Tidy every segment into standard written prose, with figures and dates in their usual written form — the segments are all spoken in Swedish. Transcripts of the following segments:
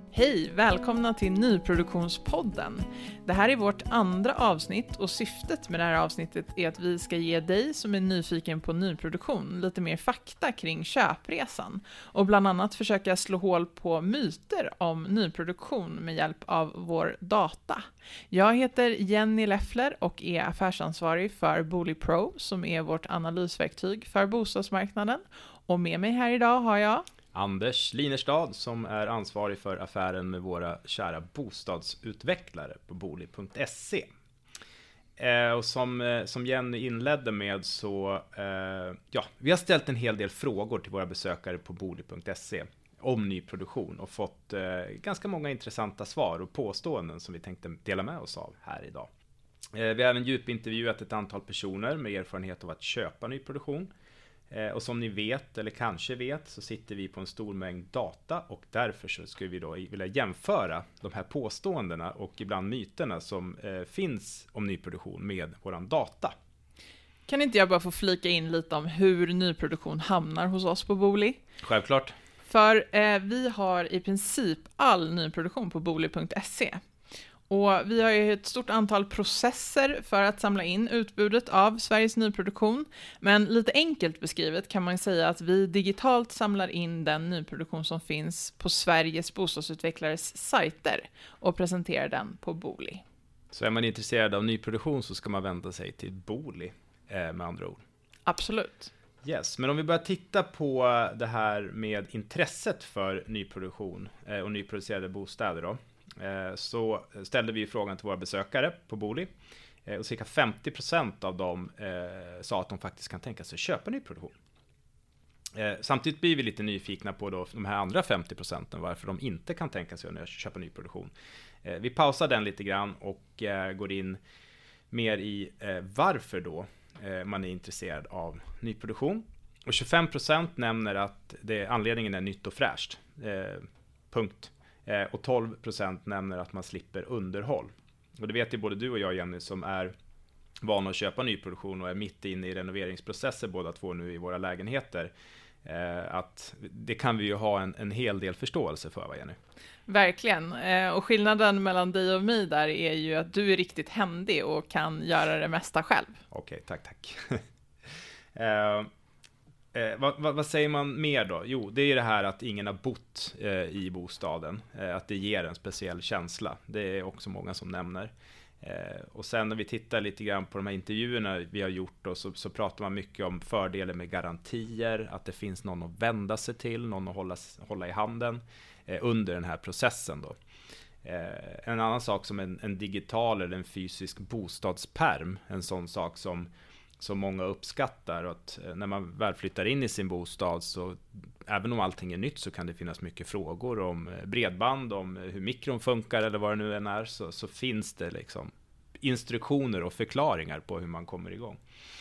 Hej, välkomna till Nyproduktionspodden. Det här är vårt andra avsnitt och syftet med det här avsnittet är att vi ska ge dig som är nyfiken på nyproduktion lite mer fakta kring köpresan och bland annat försöka slå hål på myter om nyproduktion med hjälp av vår data. Jag heter Jenny Leffler och är affärsansvarig för Booli Pro som är vårt analysverktyg för bostadsmarknaden, och med mig här idag har jag Anders Linerstad som är ansvarig för affären med våra kära bostadsutvecklare på booli.se. Och som Jenny inledde med så, vi har ställt en hel del frågor till våra besökare på booli.se om nyproduktion och fått ganska många intressanta svar och påståenden som vi tänkte dela med oss av här idag. Vi har även djupintervjuat ett antal personer med erfarenhet av att köpa nyproduktion. Och som ni vet, eller kanske vet, så sitter vi på en stor mängd data och därför så skulle vi då vilja jämföra de här påståendena och ibland myterna som finns om nyproduktion med våran data. Kan inte jag bara få flika in lite om hur nyproduktion hamnar hos oss på Booli? Självklart. För vi har i princip all nyproduktion på booli.se. Och vi har ju ett stort antal processer för att samla in utbudet av Sveriges nyproduktion. Men lite enkelt beskrivet kan man säga att vi digitalt samlar in den nyproduktion som finns på Sveriges bostadsutvecklares sajter och presenterar den på Booli. Så är man intresserad av nyproduktion så ska man vända sig till Booli med andra ord. Absolut. Yes, men om vi börjar titta på det här med intresset för nyproduktion och nyproducerade bostäder då. Så ställde vi frågan till våra besökare på Booli och cirka 50% av dem sa att de faktiskt kan tänka sig att köpa nyproduktion. Samtidigt blir vi lite nyfikna på då de här andra 50% varför de inte kan tänka sig att köpa nyproduktion. Vi pausar den lite grann och går in mer i varför då man är intresserad av nyproduktion. Och 25% nämner att anledningen är nytt och fräscht. Punkt. Och 12% nämner att man slipper underhåll. Och det vet ju både du och jag, Jenny, som är vana att köpa nyproduktion och är mitt inne i renoveringsprocesser båda två nu i våra lägenheter. Att det kan vi ju ha en hel del förståelse för, va, Jenny? Verkligen. Och skillnaden mellan dig och mig där är ju att du är riktigt händig och kan göra det mesta själv. Okej, tack. Vad säger man mer då? Jo, det är det här att ingen har bott i bostaden. Att det ger en speciell känsla. Det är också många som nämner. Och sen när vi tittar lite grann på de här intervjuerna vi har gjort då, så pratar man mycket om fördelar med garantier. Att det finns någon att vända sig till, någon att hålla i handen under den här processen då. En annan sak som en digital eller en fysisk bostadspärm. En sån sak som många uppskattar, att när man väl flyttar in i sin bostad så även om allting är nytt så kan det finnas mycket frågor om bredband, om hur mikron funkar eller vad det nu än är, så finns det liksom instruktioner och förklaringar på hur man kommer igång.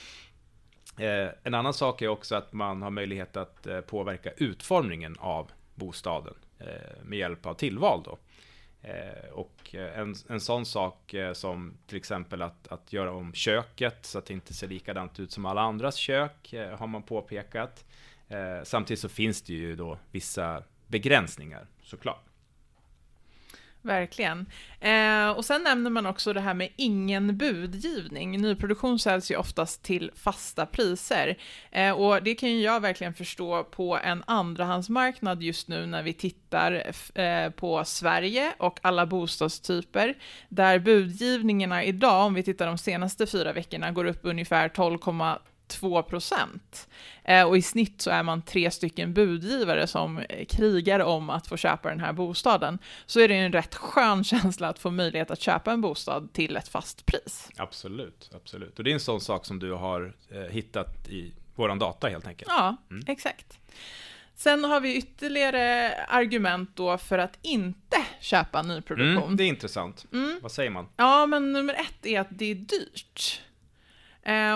En annan sak är också att man har möjlighet att påverka utformningen av bostaden med hjälp av tillval då. Och en sån sak som till exempel att göra om köket så att det inte ser likadant ut som alla andras kök har man påpekat. Samtidigt så finns det ju då vissa begränsningar såklart. Verkligen. Och sen nämner man också det här med ingen budgivning. Nyproduktion säljs ju oftast till fasta priser. Och det kan ju jag verkligen förstå på en andrahandsmarknad just nu när vi tittar på Sverige och alla bostadstyper. Där budgivningarna idag, om vi tittar de senaste 4 veckorna, går upp ungefär 12,2%. Och i snitt så är man 3 stycken budgivare som krigar om att få köpa den här bostaden. Så är det en rätt skön känsla att få möjlighet att köpa en bostad till ett fast pris. Absolut. Och det är en sån sak som du har hittat i våran data helt enkelt. Ja, exakt. Sen har vi ytterligare argument då för att inte köpa nyproduktion. Det är intressant. Vad säger man? Ja, men nummer 1 är att det är dyrt.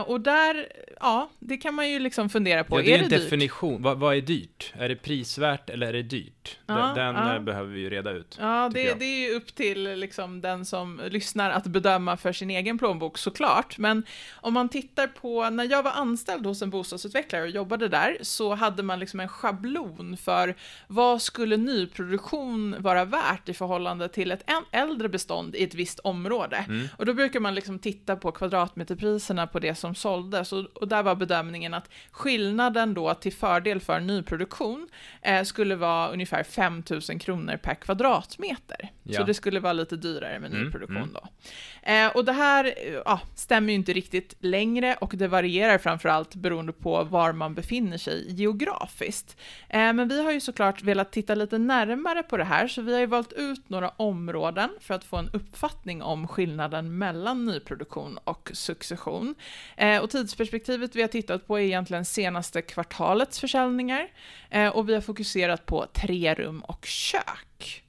Och där, det kan man ju liksom fundera på. Ja, det är en dyrt? definition. Vad är dyrt? Är det prisvärt eller är det dyrt? Den behöver vi ju reda ut. Ja, det är ju upp till liksom den som lyssnar att bedöma för sin egen plånbok såklart. Men om man tittar på, när jag var anställd hos en bostadsutvecklare och jobbade där, så hade man liksom en schablon för vad skulle nyproduktion vara värt i förhållande till ett äldre bestånd i ett visst område. Och då brukar man liksom titta på kvadratmeterpriserna på det som såldes, och där var bedömningen att skillnaden då till fördel för nyproduktion skulle vara ungefär 5 000 kronor per kvadratmeter. Ja. Så det skulle vara lite dyrare med nyproduktion då. Och det här stämmer ju inte riktigt längre, och det varierar framförallt beroende på var man befinner sig geografiskt. Men vi har ju såklart velat titta lite närmare på det här, så vi har ju valt ut några områden för att få en uppfattning om skillnaden mellan nyproduktion och succession. Och tidsperspektivet vi har tittat på är egentligen senaste kvartalets försäljningar, och vi har fokuserat på 3 rum och kök.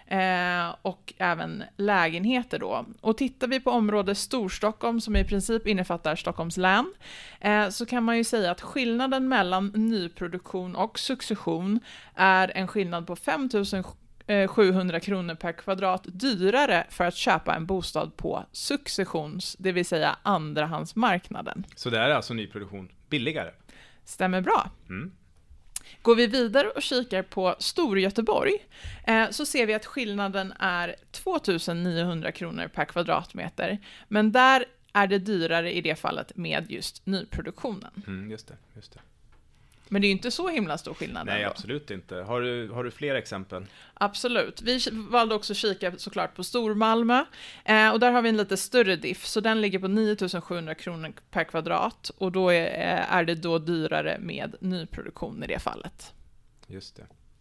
Och även lägenheter då. Och tittar vi på området Storstockholm, som i princip innefattar Stockholms län, så kan man ju säga att skillnaden mellan nyproduktion och succession är en skillnad på 5 700 kronor per kvadrat dyrare för att köpa en bostad på successions, det vill säga andrahandsmarknaden. Så det är alltså nyproduktion billigare? Stämmer bra. Går vi vidare och kikar på Storgöteborg, så ser vi att skillnaden är 2900 kronor per kvadratmeter. Men där är det dyrare i det fallet med just nyproduktionen. Just det. Men det är ju inte så himla stor skillnad. Nej, ändå. Absolut inte. Har du fler exempel? Absolut. Vi valde också att kika såklart på Stormalmö. Och där har vi en lite större diff. Så den ligger på 9700 kronor per kvadrat. Och då är det då dyrare med nyproduktion i det fallet. Just det.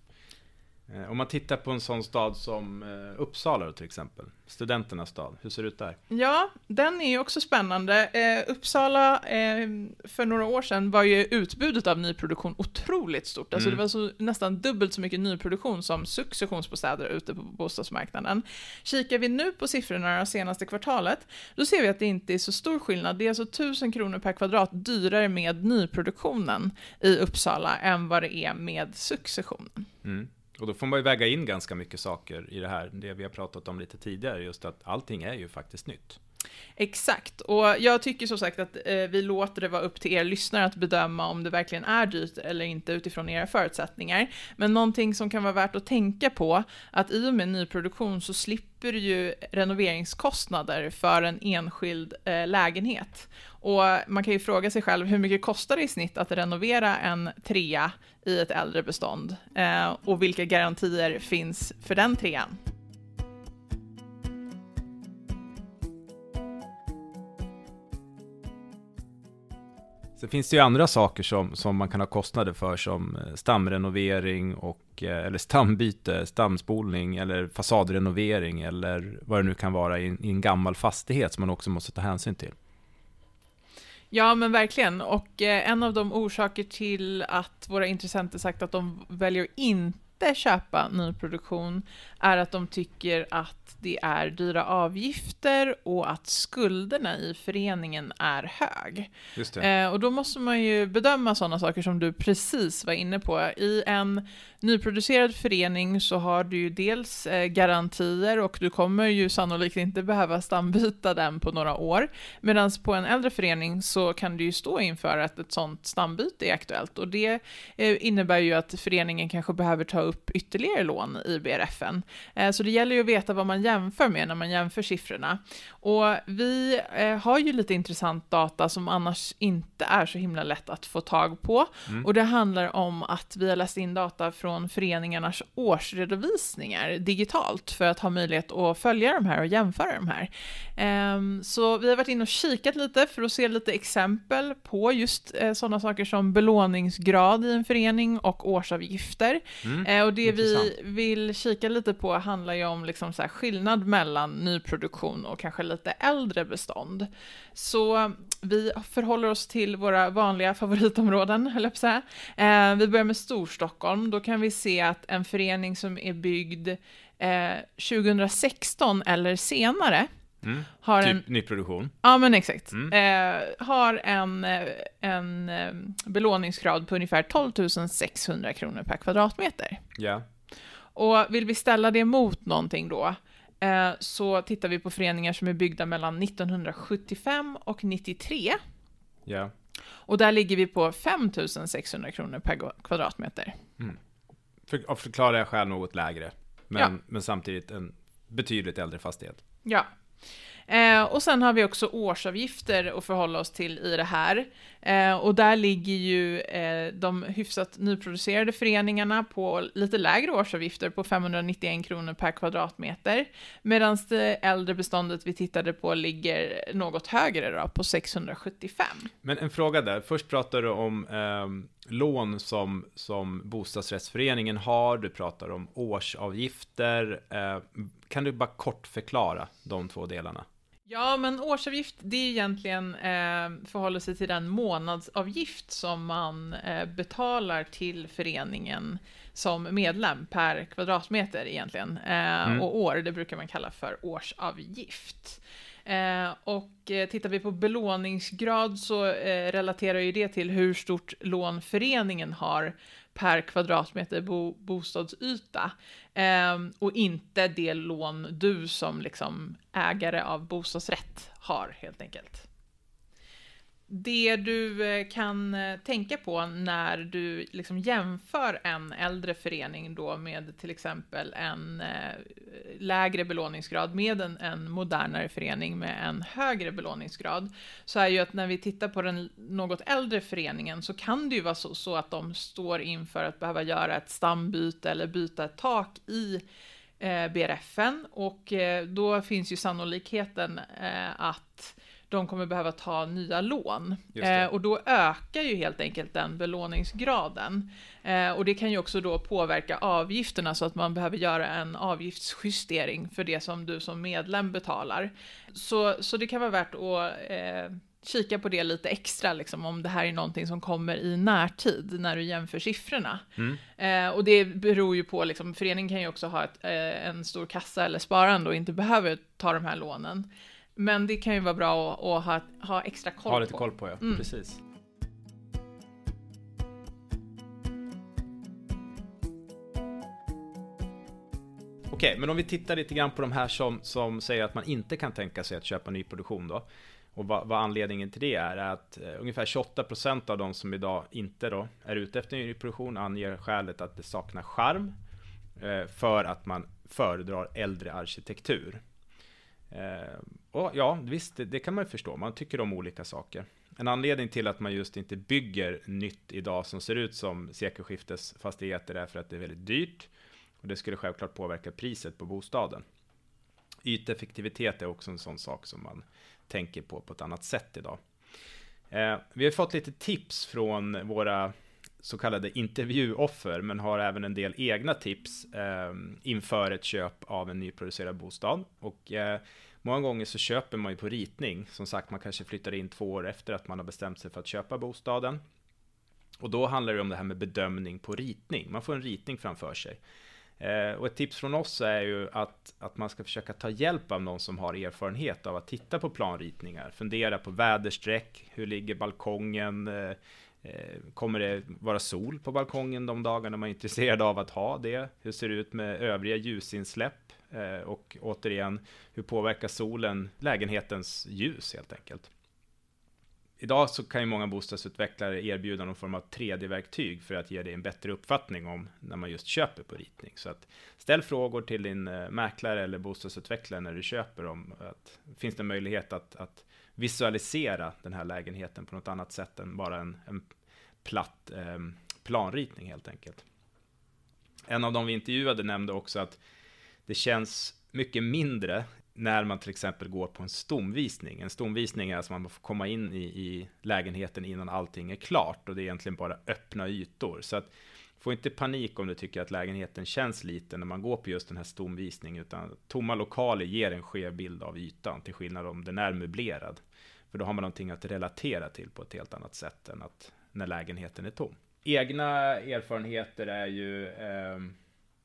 Om man tittar på en sån stad som Uppsala till exempel, studenternas stad, hur ser det ut där? Ja, den är ju också spännande. Uppsala för några år sedan var ju utbudet av nyproduktion otroligt stort. Alltså det var så nästan dubbelt så mycket nyproduktion som successionsbostäder ute på bostadsmarknaden. Kikar vi nu på siffrorna det senaste kvartalet, då ser vi att det inte är så stor skillnad. Det är alltså 1000 kronor per kvadrat dyrare med nyproduktionen i Uppsala än vad det är med successionen. Och då får man ju väga in ganska mycket saker i det här, det vi har pratat om lite tidigare, just att allting är ju faktiskt nytt. Exakt, och jag tycker så sagt att vi låter det vara upp till er lyssnare att bedöma om det verkligen är dyrt eller inte utifrån era förutsättningar. Men någonting som kan vara värt att tänka på, att i och med nyproduktion så slipper du ju renoveringskostnader för en enskild lägenhet. Och man kan ju fråga sig själv, hur mycket kostar det i snitt att renovera en 3 i ett äldre bestånd? Och vilka garantier finns för den 3:an? Sen finns det ju andra saker som man kan ha kostnader för, som stamrenovering eller stambyte, stamspolning eller fasadrenovering eller vad det nu kan vara i en gammal fastighet som man också måste ta hänsyn till. Ja, men verkligen. Och en av de orsaker till att våra intressenter sagt att de väljer inte köpa nyproduktion är att de tycker att det är dyra avgifter och att skulderna i föreningen är hög. Just det. Och då måste man ju bedöma sådana saker som du precis var inne på. I en nyproducerad förening så har du ju dels garantier, och du kommer ju sannolikt inte behöva stambyta den på några år. Medan på en äldre förening så kan du ju stå inför att ett sådant stambyte är aktuellt. Och det innebär ju att föreningen kanske behöver ta upp ytterligare lån i BRF:en. Så det gäller ju att veta vad man jämför med när man jämför siffrorna. Och vi har ju lite intressant data som annars inte är så himla lätt att få tag på. Och det handlar om att vi har läst in data från föreningarnas årsredovisningar digitalt för att ha möjlighet att följa de här och jämföra de här. Så vi har varit inne och kikat lite för att se lite exempel på just sådana saker som belåningsgrad i en förening och årsavgifter. Och det vi vill kika lite på handlar ju om liksom så här skillnad mellan nyproduktion och kanske lite äldre bestånd. Så vi förhåller oss till våra vanliga favoritområden, höll jag på att säga. Vi börjar med Storstockholm. Då kan vi se att en förening som är byggd 2016 eller senare har typ nyproduktion. Ja, men exakt. Har en belåningsgrad på ungefär 12 600 kronor per kvadratmeter. Ja. Och vill vi ställa det mot någonting då, så tittar vi på föreningar som är byggda mellan 1975 och 93. Ja. Och där ligger vi på 5 600 kronor per kvadratmeter. Av förklarliga skäl något lägre. Men samtidigt en betydligt äldre fastighet. Ja. Och sen har vi också årsavgifter att förhålla oss till i det här. Och där ligger ju de hyfsat nyproducerade föreningarna på lite lägre årsavgifter på 591 kronor per kvadratmeter. Medan det äldre beståndet vi tittade på ligger något högre då, på 675. Men en fråga där. Först pratar du om lån som bostadsrättsföreningen har. Du pratar om årsavgifter. Kan du bara kort förklara de två delarna? Ja, men årsavgift, det är egentligen förhåller sig till den månadsavgift som man betalar till föreningen som medlem per kvadratmeter egentligen. Och år, det brukar man kalla för årsavgift. Och tittar vi på belåningsgrad så relaterar ju det till hur stort lån föreningen har per kvadratmeter bostadsyta, och inte det lån du som liksom ägare av bostadsrätt har helt enkelt. Det du kan tänka på när du liksom jämför en äldre förening då med till exempel en lägre belåningsgrad med en modernare förening med en högre belåningsgrad, så är ju att när vi tittar på den något äldre föreningen så kan det ju vara så att de står inför att behöva göra ett stambyte eller byta ett tak i BRF:en, och då finns ju sannolikheten att de kommer behöva ta nya lån. Och då ökar ju helt enkelt den belåningsgraden. Och det kan ju också då påverka avgifterna så att man behöver göra en avgiftsjustering för det som du som medlem betalar. Så det kan vara värt att kika på det lite extra, liksom, om det här är någonting som kommer i närtid när du jämför siffrorna. Och det beror ju på, liksom, föreningen kan ju också ha en stor kassa eller sparande och inte behöver ta de här lånen. Men det kan ju vara bra att ha extra koll på. Ha lite koll på, ja. Precis. Okej, men om vi tittar lite grann på de här som säger att man inte kan tänka sig att köpa nyproduktion då. Och vad anledningen till det är att ungefär 28% av de som idag inte då är ute efter nyproduktion anger skälet att det saknar charm, för att man föredrar äldre arkitektur. Och ja, visst, det kan man ju förstå. Man tycker om olika saker. En anledning till att man just inte bygger nytt idag som ser ut som sekelskiftesfastigheter är för att det är väldigt dyrt. Och det skulle självklart påverka priset på bostaden. Yteffektivitet är också en sån sak som man tänker på ett annat sätt idag. Vi har fått lite tips från våra så kallade intervjuoffer, men har även en del egna tips inför ett köp av en nyproducerad bostad. Och många gånger så köper man ju på ritning. Som sagt, man kanske flyttar in 2 år efter att man har bestämt sig för att köpa bostaden. Och då handlar det om det här med bedömning på ritning. Man får en ritning framför sig. Och ett tips från oss är ju att man ska försöka ta hjälp av någon som har erfarenhet av att titta på planritningar. Fundera på väderstreck, hur ligger balkongen, kommer det vara sol på balkongen de dagarna man är intresserad av att ha det? Hur ser det ut med övriga ljusinsläpp? Och återigen, hur påverkar solen lägenhetens ljus helt enkelt? Idag så kan ju många bostadsutvecklare erbjuda någon form av 3D-verktyg för att ge dig en bättre uppfattning om när man just köper på ritning. Så att ställ frågor till din mäklare eller bostadsutvecklare när du köper om att finns det möjlighet att visualisera den här lägenheten på något annat sätt än bara en platt planritning helt enkelt. En av de vi intervjuade nämnde också att det känns mycket mindre när man till exempel går på en stomvisning. En stomvisning är alltså att man får komma in i lägenheten innan allting är klart, och det är egentligen bara öppna ytor. Så att få inte panik om du tycker att lägenheten känns liten när man går på just den här stomvisningen, utan tomma lokaler ger en skev bild av ytan till skillnad om den är möblerad. För då har man någonting att relatera till på ett helt annat sätt än att när lägenheten är tom. Egna erfarenheter är ju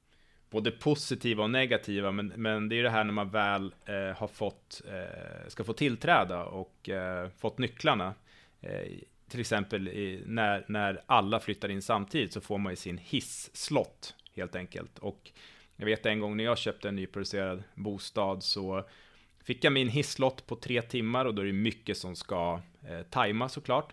både positiva och negativa, men det är ju det här när man väl ska få tillträda och fått nycklarna. Till exempel när alla flyttar in samtidigt så får man ju sin hisslott helt enkelt. Och jag vet en gång när jag köpte en nyproducerad bostad så fick jag min hisslott på 3 timmar och då är det mycket som ska tajma såklart.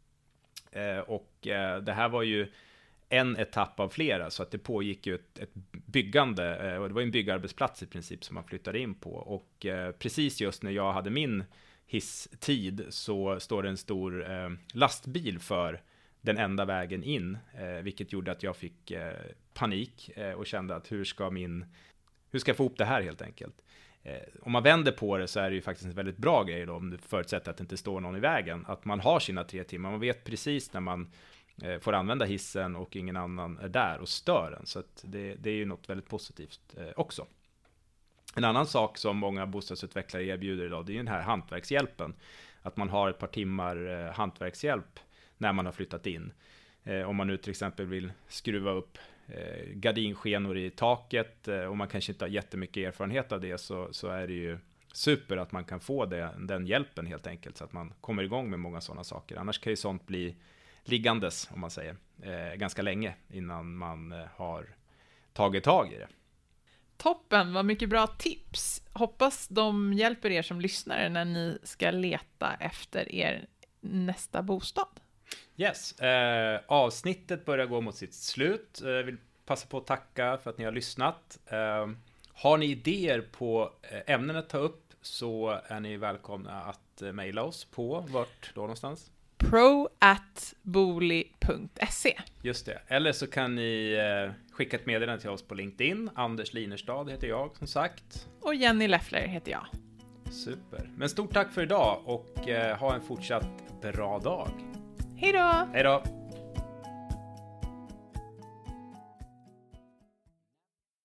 Det här var ju en etapp av flera, så att det pågick ju ett byggande, och det var en byggarbetsplats i princip som man flyttade in på. Och precis just när jag hade min hisstid så står det en stor lastbil för den enda vägen in, vilket gjorde att jag fick panik och kände att hur ska jag få ihop det här helt enkelt. Om man vänder på det så är det ju faktiskt en väldigt bra grej då, om du förutsätter att det inte står någon i vägen, att man har sina 3 timmar, man vet precis när man får använda hissen och ingen annan är där och stör den, så att det är ju något väldigt positivt också. En annan sak som många bostadsutvecklare erbjuder idag, det är ju den här hantverkshjälpen, att man har ett par timmar hantverkshjälp när man har flyttat in. Om man nu till exempel vill skruva upp gardinskenor i taket och man kanske inte har jättemycket erfarenhet av det, så är det ju super att man kan få den hjälpen helt enkelt, så att man kommer igång med många sådana saker. Annars kan ju sånt bli liggandes, om man säger, ganska länge innan man har tagit tag i det. Toppen, vad mycket bra tips. Hoppas de hjälper er som lyssnare när ni ska leta efter er nästa bostad. Yes, avsnittet börjar gå mot sitt slut. Jag vill passa på att tacka för att ni har lyssnat. Har ni idéer på ämnen att ta upp så är ni välkomna att mejla oss på vart då någonstans? pro@booli.se. Just det, eller så kan ni skicka ett meddelande till oss på LinkedIn. Anders Linerstad heter jag som sagt. Och Jenny Leffler heter jag. Super, men stort tack för idag och ha en fortsatt bra dag. Hej då! Hej då!